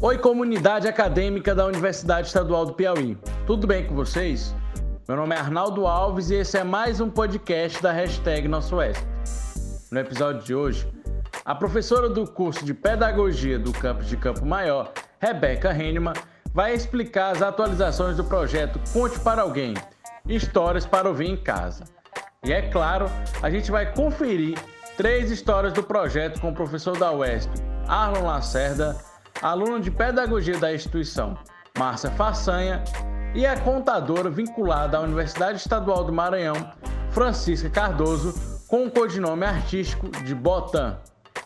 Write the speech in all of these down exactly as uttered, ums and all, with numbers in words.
Oi, comunidade acadêmica da Universidade Estadual do Piauí. Tudo bem com vocês? Meu nome é Arnaldo Alves e esse é mais um podcast da hashtag Nosso Esp. No episódio de hoje, a professora do curso de Pedagogia do campus de Campo Maior, Rebeca Henneman, vai explicar as atualizações do projeto Conte para Alguém, histórias para ouvir em casa. E é claro, a gente vai conferir três histórias do projeto com o professor da U E S P, Arlon Lacerda, aluno de Pedagogia da instituição, Márcia Façanha, e a contadora vinculada à Universidade Estadual do Maranhão, Francisca Cardoso, com o codinome artístico de Botan.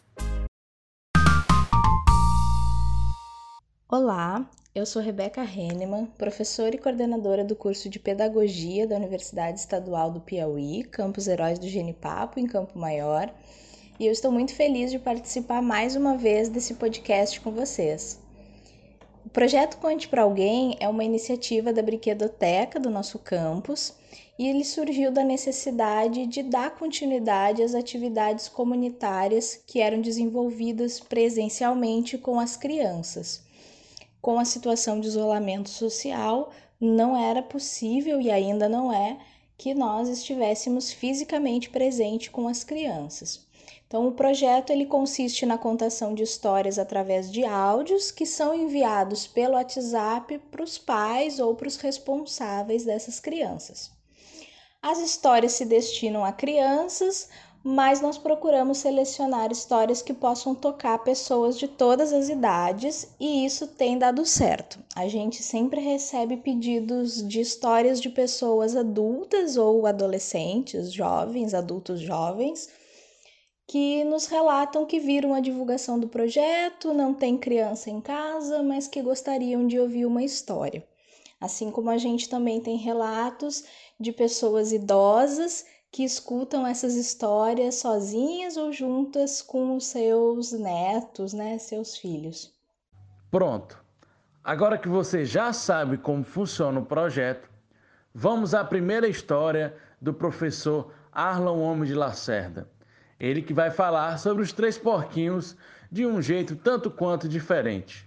Olá, eu sou Rebeca Henneman, professora e coordenadora do curso de Pedagogia da Universidade Estadual do Piauí, Campus Heróis do Genipapo, em Campo Maior, e eu estou muito feliz de participar mais uma vez desse podcast com vocês. O projeto Conte para Alguém é uma iniciativa da Brinquedoteca do nosso campus e ele surgiu da necessidade de dar continuidade às atividades comunitárias que eram desenvolvidas presencialmente com as crianças. Com a situação de isolamento social, não era possível e ainda não é que nós estivéssemos fisicamente presentes com as crianças. Então, o projeto ele consiste na contação de histórias através de áudios que são enviados pelo WhatsApp para os pais ou para os responsáveis dessas crianças. As histórias se destinam a crianças, mas nós procuramos selecionar histórias que possam tocar pessoas de todas as idades e isso tem dado certo. A gente sempre recebe pedidos de histórias de pessoas adultas ou adolescentes, jovens, adultos jovens, que nos relatam que viram a divulgação do projeto, não tem criança em casa, mas que gostariam de ouvir uma história. Assim como a gente também tem relatos de pessoas idosas que escutam essas histórias sozinhas ou juntas com os seus netos, né, seus filhos. Pronto! Agora que você já sabe como funciona o projeto, vamos à primeira história do professor Arlon Homem de Lacerda. Ele que vai falar sobre os três porquinhos de um jeito tanto quanto diferente.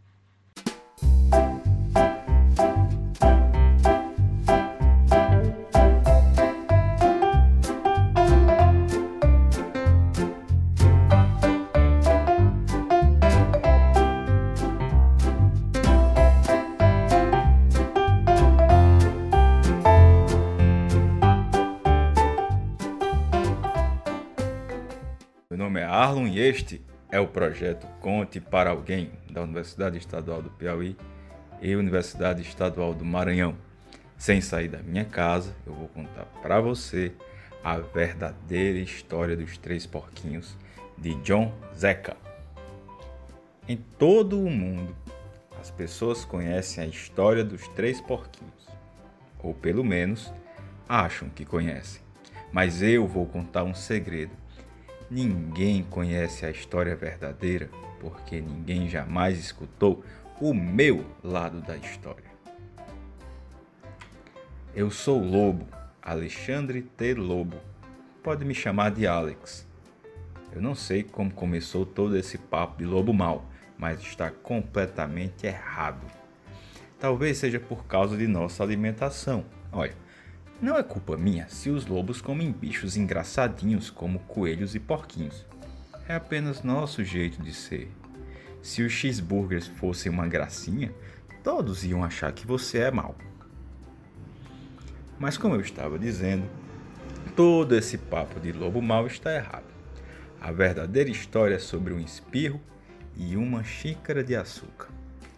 Meu nome é Arlon e este é o projeto Conte para Alguém da Universidade Estadual do Piauí e Universidade Estadual do Maranhão. Sem sair da minha casa, eu vou contar para você a verdadeira história dos três porquinhos de John Zeca. Em todo o mundo, as pessoas conhecem a história dos três porquinhos, ou pelo menos acham que conhecem. Mas eu vou contar um segredo. Ninguém conhece a história verdadeira porque ninguém jamais escutou o meu lado da história. Eu sou o Lobo, Alexandre T. Lobo. Pode me chamar de Alex. Eu não sei como começou todo esse papo de lobo mau, mas está completamente errado. Talvez seja por causa de nossa alimentação. Olha, não é culpa minha se os lobos comem bichos engraçadinhos como coelhos e porquinhos. É apenas nosso jeito de ser. Se os cheeseburgers fossem uma gracinha, todos iam achar que você é mau. Mas como eu estava dizendo, todo esse papo de lobo mau está errado. A verdadeira história é sobre um espirro e uma xícara de açúcar.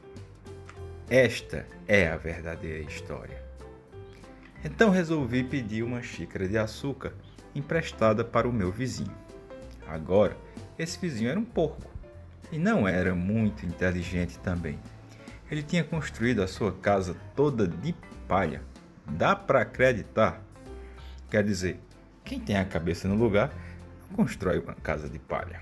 Esta é a verdadeira história. Então resolvi pedir uma xícara de açúcar emprestada para o meu vizinho. Agora, esse vizinho era um porco e não era muito inteligente também. Ele tinha construído a sua casa toda de palha. Dá para acreditar? Quer dizer, quem tem a cabeça no lugar não constrói uma casa de palha.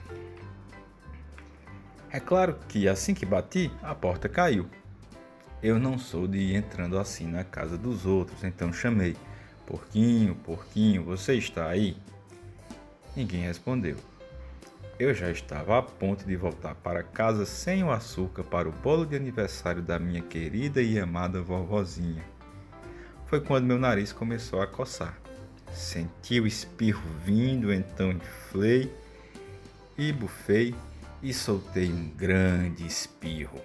É claro que assim que bati, a porta caiu. Eu não sou de ir entrando assim na casa dos outros, então chamei: Porquinho, porquinho, você está aí? Ninguém respondeu. Eu já estava a ponto de voltar para casa sem o açúcar para o bolo de aniversário da minha querida e amada vovozinha. Foi quando meu nariz começou a coçar. Senti o espirro vindo, então inflei e bufei e soltei um grande espirro.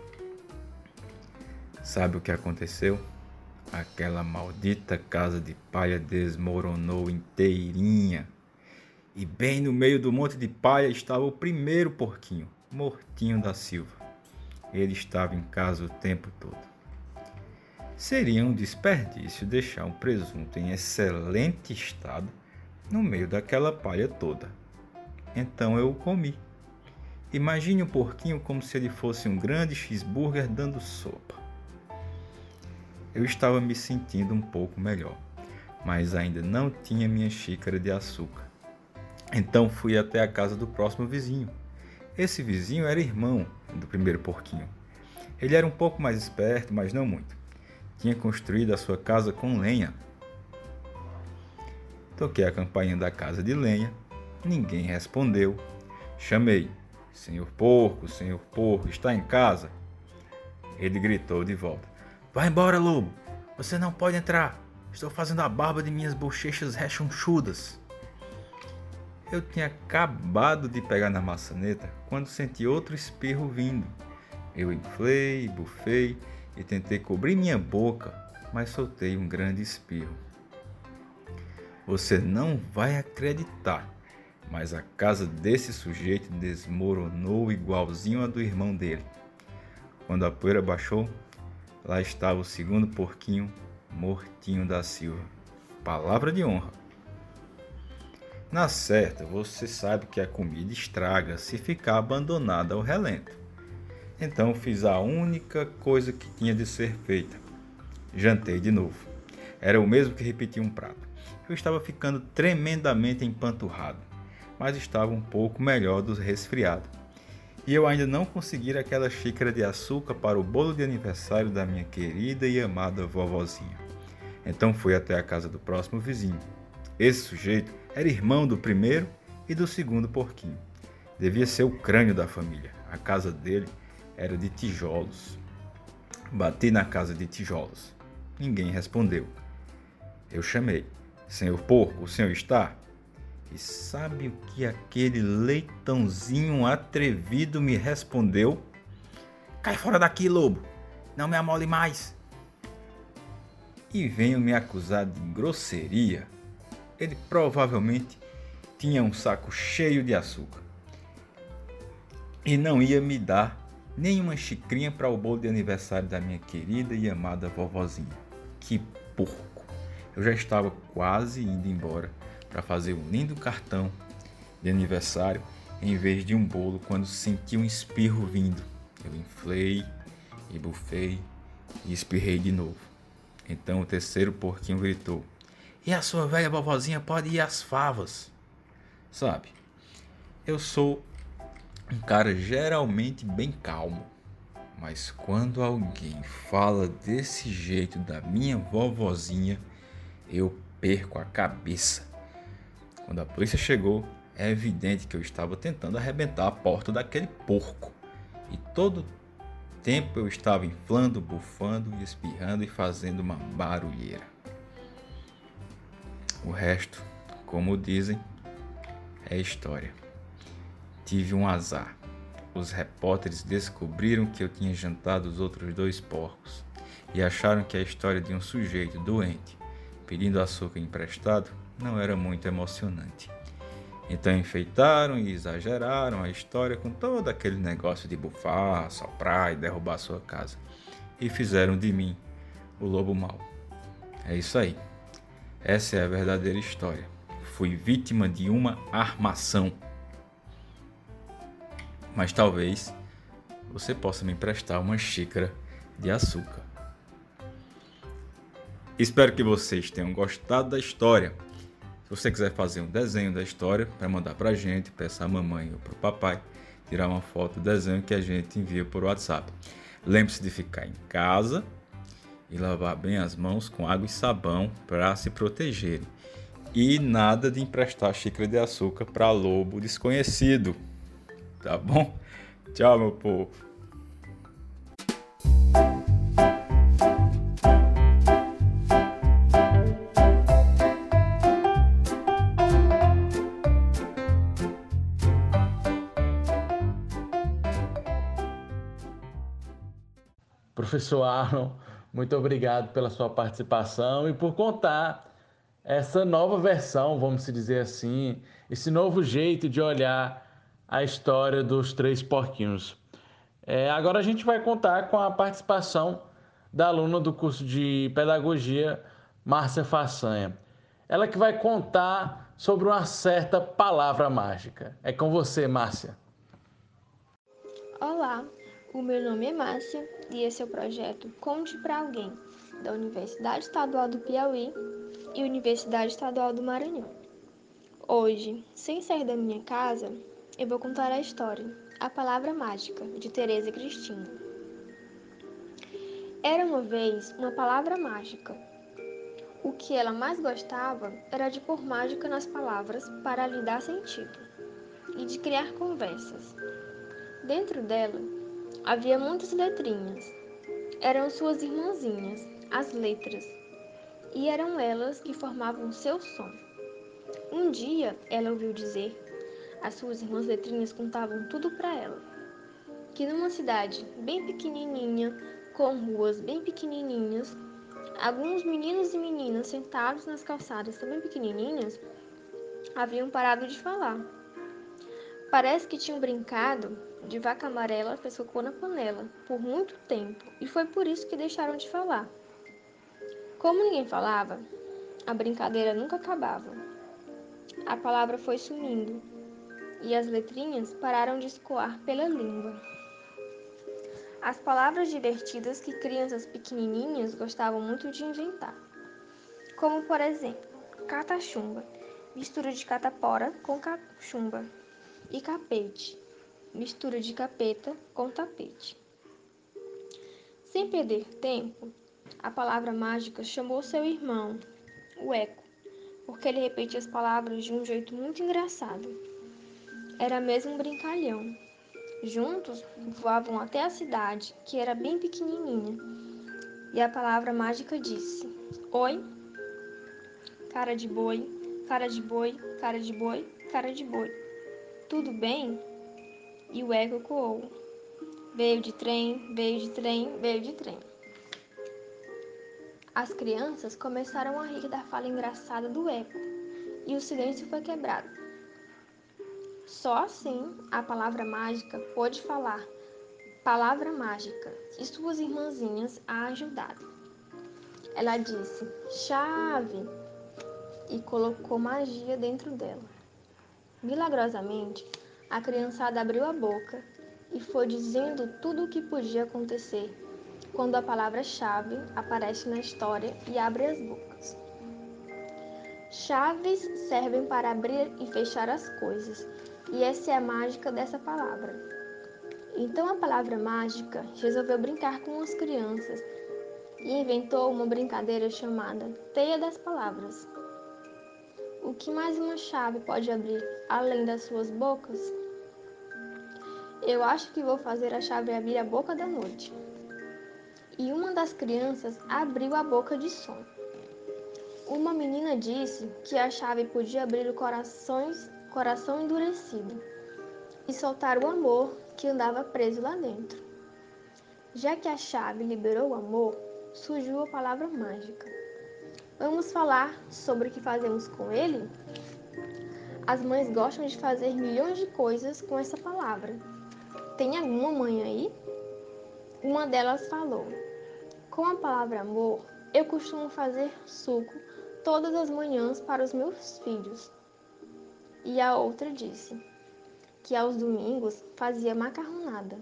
Sabe o que aconteceu? Aquela maldita casa de palha desmoronou inteirinha. E bem no meio do monte de palha estava o primeiro porquinho, Mortinho da Silva. Ele estava em casa o tempo todo. Seria um desperdício deixar um presunto em excelente estado no meio daquela palha toda. Então eu o comi. Imagine o porquinho como se ele fosse um grande cheeseburger dando sopa. Eu estava me sentindo um pouco melhor, mas ainda não tinha minha xícara de açúcar. Então fui até a casa do próximo vizinho. Esse vizinho era irmão do primeiro porquinho. Ele era um pouco mais esperto, mas não muito. Tinha construído a sua casa com lenha. Toquei a campainha da casa de lenha. Ninguém respondeu. Chamei. Senhor porco, senhor porco, está em casa? Ele gritou de volta. Vai embora, lobo. Você não pode entrar. Estou fazendo a barba de minhas bochechas rechonchudas. Eu tinha acabado de pegar na maçaneta quando senti outro espirro vindo. Eu inflei, bufei e tentei cobrir minha boca, mas soltei um grande espirro. Você não vai acreditar, mas a casa desse sujeito desmoronou igualzinho a do irmão dele. Quando a poeira baixou, lá estava o segundo porquinho, Mortinho da Silva. Palavra de honra. Na certa, você sabe que a comida estraga se ficar abandonada ao relento. Então fiz a única coisa que tinha de ser feita. Jantei de novo. Era o mesmo que repetir um prato. Eu estava ficando tremendamente empanturrado, mas estava um pouco melhor do resfriado. E eu ainda não conseguira aquela xícara de açúcar para o bolo de aniversário da minha querida e amada vovozinha. Então fui até a casa do próximo vizinho. Esse sujeito era irmão do primeiro e do segundo porquinho. Devia ser o crânio da família. A casa dele era de tijolos. Bati na casa de tijolos. Ninguém respondeu. Eu chamei. Senhor porco, o senhor está? E sabe o que aquele leitãozinho atrevido me respondeu? Cai fora daqui, lobo! Não me amole mais! E venham me acusar de grosseria. Ele provavelmente tinha um saco cheio de açúcar e não ia me dar nenhuma xicrinha para o bolo de aniversário da minha querida e amada vovozinha. Que porco! Eu já estava quase indo embora para fazer um lindo cartão de aniversário em vez de um bolo quando senti um espirro vindo. Eu inflei e bufei e espirrei de novo. Então o terceiro porquinho gritou: e a sua velha vovozinha pode ir às favas. Sabe, eu sou um cara geralmente bem calmo, mas quando alguém fala desse jeito da minha vovozinha, eu perco a cabeça. Quando a polícia chegou, é evidente que eu estava tentando arrebentar a porta daquele porco. E todo tempo eu estava inflando, bufando, espirrando e fazendo uma barulheira. O resto, como dizem, é história. Tive um azar. Os repórteres descobriram que eu tinha jantado os outros dois porcos e acharam que a história de um sujeito doente pedindo açúcar emprestado não era muito emocionante. Então enfeitaram e exageraram a história com todo aquele negócio de bufar, soprar e derrubar sua casa. E fizeram de mim o lobo mau. É isso aí. Essa é a verdadeira história. Fui vítima de uma armação. Mas talvez você possa me emprestar uma xícara de açúcar. Espero que vocês tenham gostado da história. Se você quiser fazer um desenho da história para mandar para a gente, peça à mamãe ou para o papai tirar uma foto do desenho que a gente envia por WhatsApp. Lembre-se de ficar em casa e lavar bem as mãos com água e sabão para se protegerem. E nada de emprestar xícara de açúcar para lobo desconhecido. Tá bom? Tchau, meu povo. Professor Arlon, muito obrigado pela sua participação e por contar essa nova versão, vamos dizer assim, esse novo jeito de olhar a história dos três porquinhos. É, agora a gente vai contar com a participação da aluna do curso de Pedagogia, Márcia Façanha. Ela que vai contar sobre uma certa palavra mágica. É com você, Márcia. Olá, o meu nome é Márcia e esse é o projeto Conte para Alguém, da Universidade Estadual do Piauí e Universidade Estadual do Maranhão. Hoje, sem sair da minha casa, eu vou contar a história A Palavra Mágica, de Tereza Cristina. Era uma vez uma palavra mágica. O que ela mais gostava era de pôr mágica nas palavras para lhe dar sentido e de criar conversas. Dentro dela havia muitas letrinhas. Eram suas irmãzinhas, as letras, e eram elas que formavam seu som. Um dia ela ouviu dizer, as suas irmãs letrinhas contavam tudo para ela, que numa cidade bem pequenininha, com ruas bem pequenininhas, alguns meninos e meninas sentados nas calçadas também pequenininhas haviam parado de falar. Parece que tinham brincado de vaca amarela fez cocô na panela por muito tempo e foi por isso que deixaram de falar. Como ninguém falava, a brincadeira nunca acabava. A palavra foi sumindo e as letrinhas pararam de escoar pela língua. As palavras divertidas que crianças pequenininhas gostavam muito de inventar, como por exemplo, catachumba, mistura de catapora com cachumba, e capete, mistura de capeta com tapete. Sem perder tempo, a palavra mágica chamou seu irmão, o Eco, porque ele repetia as palavras de um jeito muito engraçado. Era mesmo um brincalhão. Juntos, voavam até a cidade, que era bem pequenininha, e a palavra mágica disse: Oi, cara de boi, cara de boi, cara de boi, cara de boi. Tudo bem? E o eco ecoou. Veio de trem, veio de trem, veio de trem. As crianças começaram a rir da fala engraçada do eco, e o silêncio foi quebrado. Só assim a palavra mágica pôde falar, palavra mágica, e suas irmãzinhas a ajudaram. Ela disse, chave, e colocou magia dentro dela. Milagrosamente, a criançada abriu a boca e foi dizendo tudo o que podia acontecer quando a palavra-chave aparece na história e abre as bocas. Chaves servem para abrir e fechar as coisas, e essa é a mágica dessa palavra. Então a palavra mágica resolveu brincar com as crianças e inventou uma brincadeira chamada Teia das Palavras. O que mais uma chave pode abrir além das suas bocas? Eu acho que vou fazer a chave abrir a boca da noite. E uma das crianças abriu a boca de som. Uma menina disse que a chave podia abrir o corações, coração endurecido e soltar o amor que andava preso lá dentro. Já que a chave liberou o amor, surgiu a palavra mágica. Vamos falar sobre o que fazemos com ele? As mães gostam de fazer milhões de coisas com essa palavra. Tem alguma mãe aí? Uma delas falou, com a palavra amor, eu costumo fazer suco todas as manhãs para os meus filhos. E a outra disse que aos domingos fazia macarronada.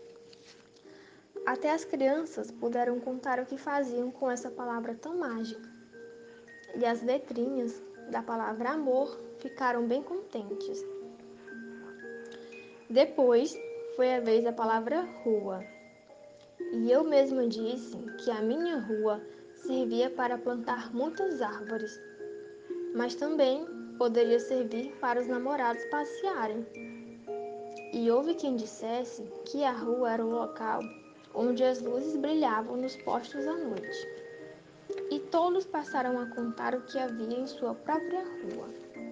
Até as crianças puderam contar o que faziam com essa palavra tão mágica. E as letrinhas da palavra amor ficaram bem contentes. Depois foi a vez da palavra rua. E eu mesma disse que a minha rua servia para plantar muitas árvores. mas também poderia servir para os namorados passearem. E houve quem dissesse que a rua era o local onde as luzes brilhavam nos postos à noite. E todos passaram a contar o que havia em sua própria rua.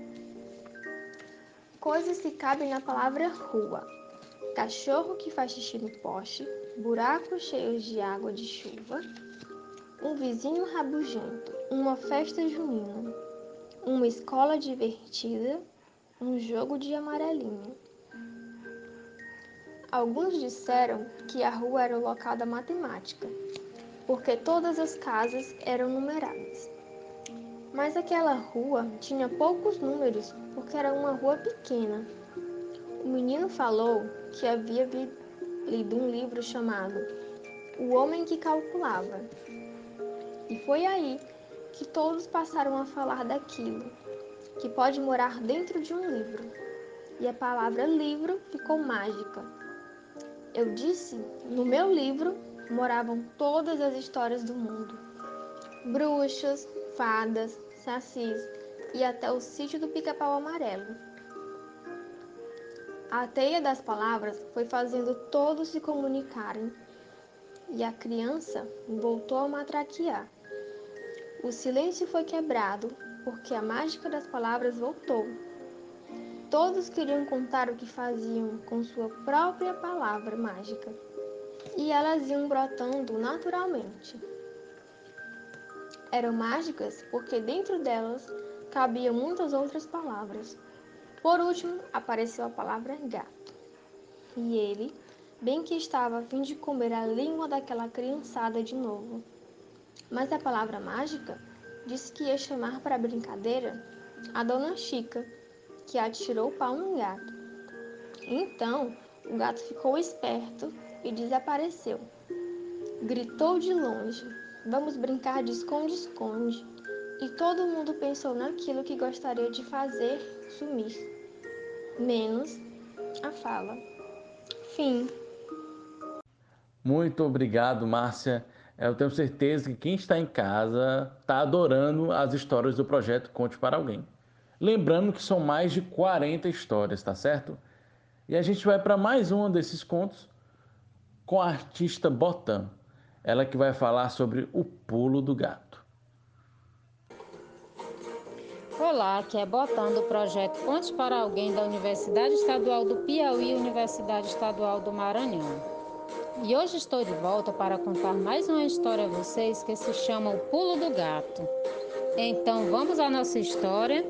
Coisas que cabem na palavra rua: cachorro que faz xixi no poste, buracos cheios de água de chuva, um vizinho rabugento, uma festa junina, uma escola divertida, um jogo de amarelinho. Alguns disseram que a rua era o local da matemática, porque todas as casas eram numeradas. Mas aquela rua tinha poucos números, porque era uma rua pequena. O menino falou que havia lido um livro chamado O Homem que Calculava. E foi aí que todos passaram a falar daquilo, que pode morar dentro de um livro. E a palavra livro ficou mágica. Eu disse, no meu livro moravam todas as histórias do mundo. Bruxas, fadas, sacis e até o sítio do Pica-Pau Amarelo. A teia das palavras foi fazendo todos se comunicarem e a criança voltou a matraquear. O silêncio foi quebrado porque a mágica das palavras voltou. Todos queriam contar o que faziam com sua própria palavra mágica e elas iam brotando naturalmente. Eram mágicas porque dentro delas cabiam muitas outras palavras. Por último, apareceu a palavra gato. E ele, bem que estava a fim de comer a língua daquela criançada de novo. Mas a palavra mágica disse que ia chamar para a brincadeira a Dona Chica, que atirou o pau no gato. Então, o gato ficou esperto e desapareceu. Gritou de longe: "Vamos brincar de esconde-esconde." E todo mundo pensou naquilo que gostaria de fazer sumir, menos a fala. Fim. Muito obrigado, Márcia. Eu tenho certeza que quem está em casa está adorando as histórias do projeto Conte para Alguém. Lembrando que são mais de quarenta histórias, tá certo? E a gente vai para mais um desses contos com a artista Botan. Ela que vai falar sobre o pulo do gato. Olá, aqui é Botan do projeto Conte para Alguém da Universidade Estadual do Piauí e Universidade Estadual do Maranhão. E hoje estou de volta para contar mais uma história a vocês que se chama O Pulo do Gato. Então vamos à nossa história.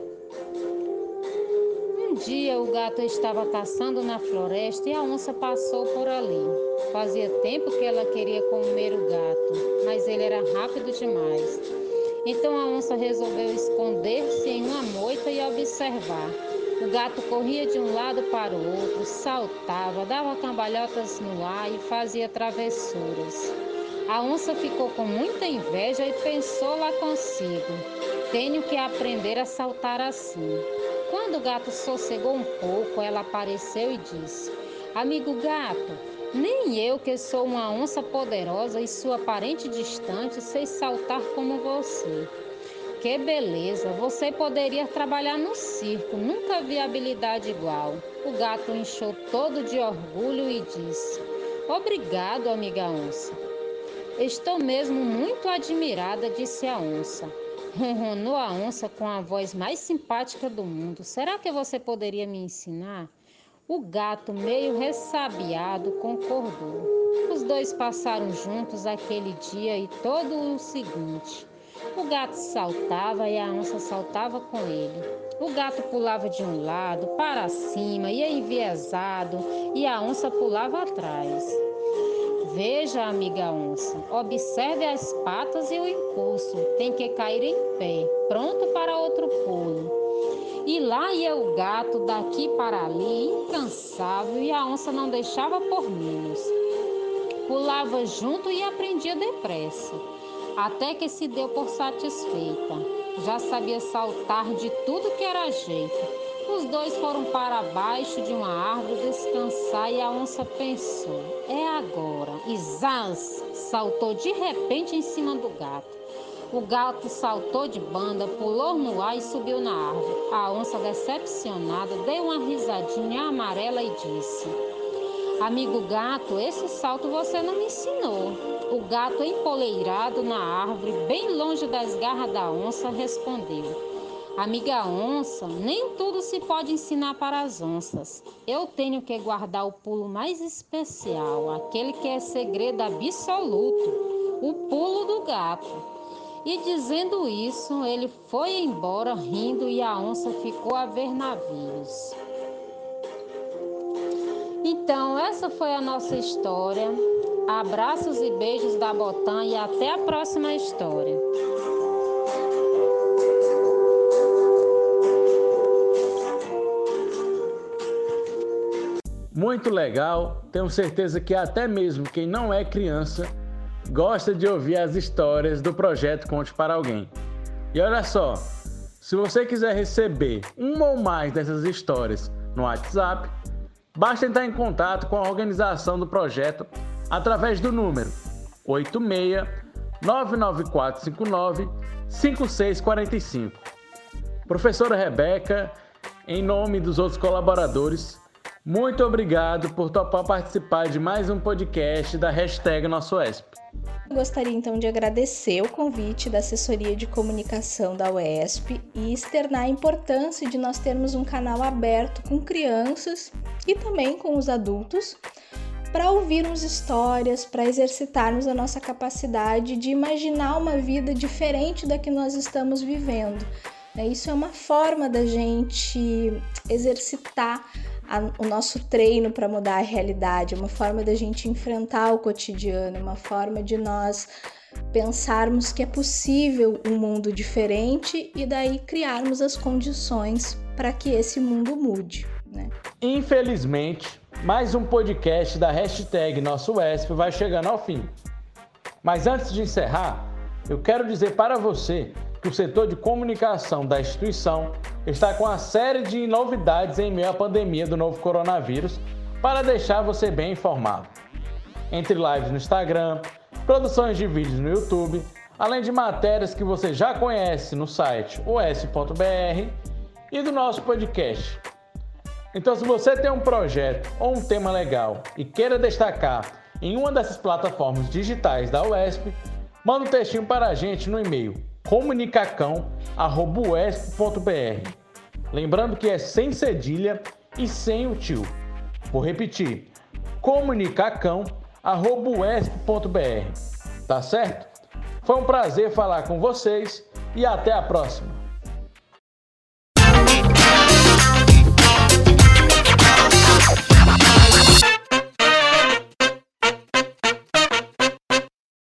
Um dia o gato estava caçando na floresta e a onça passou por ali. Fazia tempo que ela queria comer o gato, mas ele era rápido demais. Então a onça resolveu esconder-se em uma moita e observar. O gato corria de um lado para o outro, saltava, dava cambalhotas no ar e fazia travessuras. A onça ficou com muita inveja e pensou lá consigo: tenho que aprender a saltar assim. Quando o gato sossegou um pouco, ela apareceu e disse: amigo gato, nem eu, que sou uma onça poderosa e sua parente distante, sei saltar como você. Que beleza, você poderia trabalhar no circo, nunca vi habilidade igual. O gato inchou todo de orgulho e disse: obrigado, amiga onça. Estou mesmo muito admirada, disse a onça. Ronronou a onça com a voz mais simpática do mundo. Será que você poderia me ensinar? O gato, meio ressabiado, concordou. Os dois passaram juntos aquele dia e todo o seguinte. O gato saltava e a onça saltava com ele. O gato pulava de um lado para cima, ia enviesado, e a onça pulava atrás. Veja, amiga onça, observe as patas e o impulso. Tem que cair em pé, pronto para outro pulo. E lá ia o gato daqui para ali, incansável, e a onça não deixava por menos. Pulava junto e aprendia depressa, até que se deu por satisfeita. Já sabia saltar de tudo que era jeito. Os dois foram para baixo de uma árvore descansar e a onça pensou: é agora. E zaz! Saltou de repente em cima do gato. O gato saltou de banda, pulou no ar e subiu na árvore. A onça, decepcionada, deu uma risadinha amarela e disse: amigo gato, esse salto você não me ensinou. O gato, empoleirado na árvore, bem longe das garras da onça, respondeu: amiga onça, nem tudo se pode ensinar para as onças. Eu tenho que guardar o pulo mais especial, aquele que é segredo absoluto, o pulo do gato. E dizendo isso, ele foi embora rindo e a onça ficou a ver navios. Então, essa foi a nossa história. Abraços e beijos da Botã e até a próxima história. Muito legal, tenho certeza que até mesmo quem não é criança gosta de ouvir as histórias do projeto Conte para Alguém. E olha só, se você quiser receber uma ou mais dessas histórias no WhatsApp, basta entrar em contato com a organização do projeto através do número oito seis nove nove quatro cinco nove cinco seis quatro cinco. Professora Rebeca, em nome dos outros colaboradores, muito obrigado por topar participar de mais um podcast da hashtag Nosso U E S P. Eu gostaria então de agradecer o convite da Assessoria de Comunicação da U E S P e externar a importância de nós termos um canal aberto com crianças e também com os adultos para ouvirmos histórias, para exercitarmos a nossa capacidade de imaginar uma vida diferente da que nós estamos vivendo. Isso é uma forma da gente exercitar o nosso treino para mudar a realidade, é uma forma da gente enfrentar o cotidiano, é uma forma de nós pensarmos que é possível um mundo diferente e daí criarmos as condições para que esse mundo mude, né? Infelizmente, mais um podcast da hashtag Nosso U E S P vai chegando ao fim. Mas antes de encerrar, eu quero dizer para você que o setor de comunicação da instituição está com uma série de novidades em meio à pandemia do novo coronavírus para deixar você bem informado. Entre lives no Instagram, produções de vídeos no YouTube, além de matérias que você já conhece no site u s ponto b r e do nosso podcast. Então, se você tem um projeto ou um tema legal e queira destacar em uma dessas plataformas digitais da U E S P, manda um textinho para a gente no e-mail comunicacão arroba u e s p ponto b r. Lembrando que é sem cedilha e sem o tio. Vou repetir, comunicacão arroba u e s p ponto b r. Tá certo? Foi um prazer falar com vocês e até a próxima.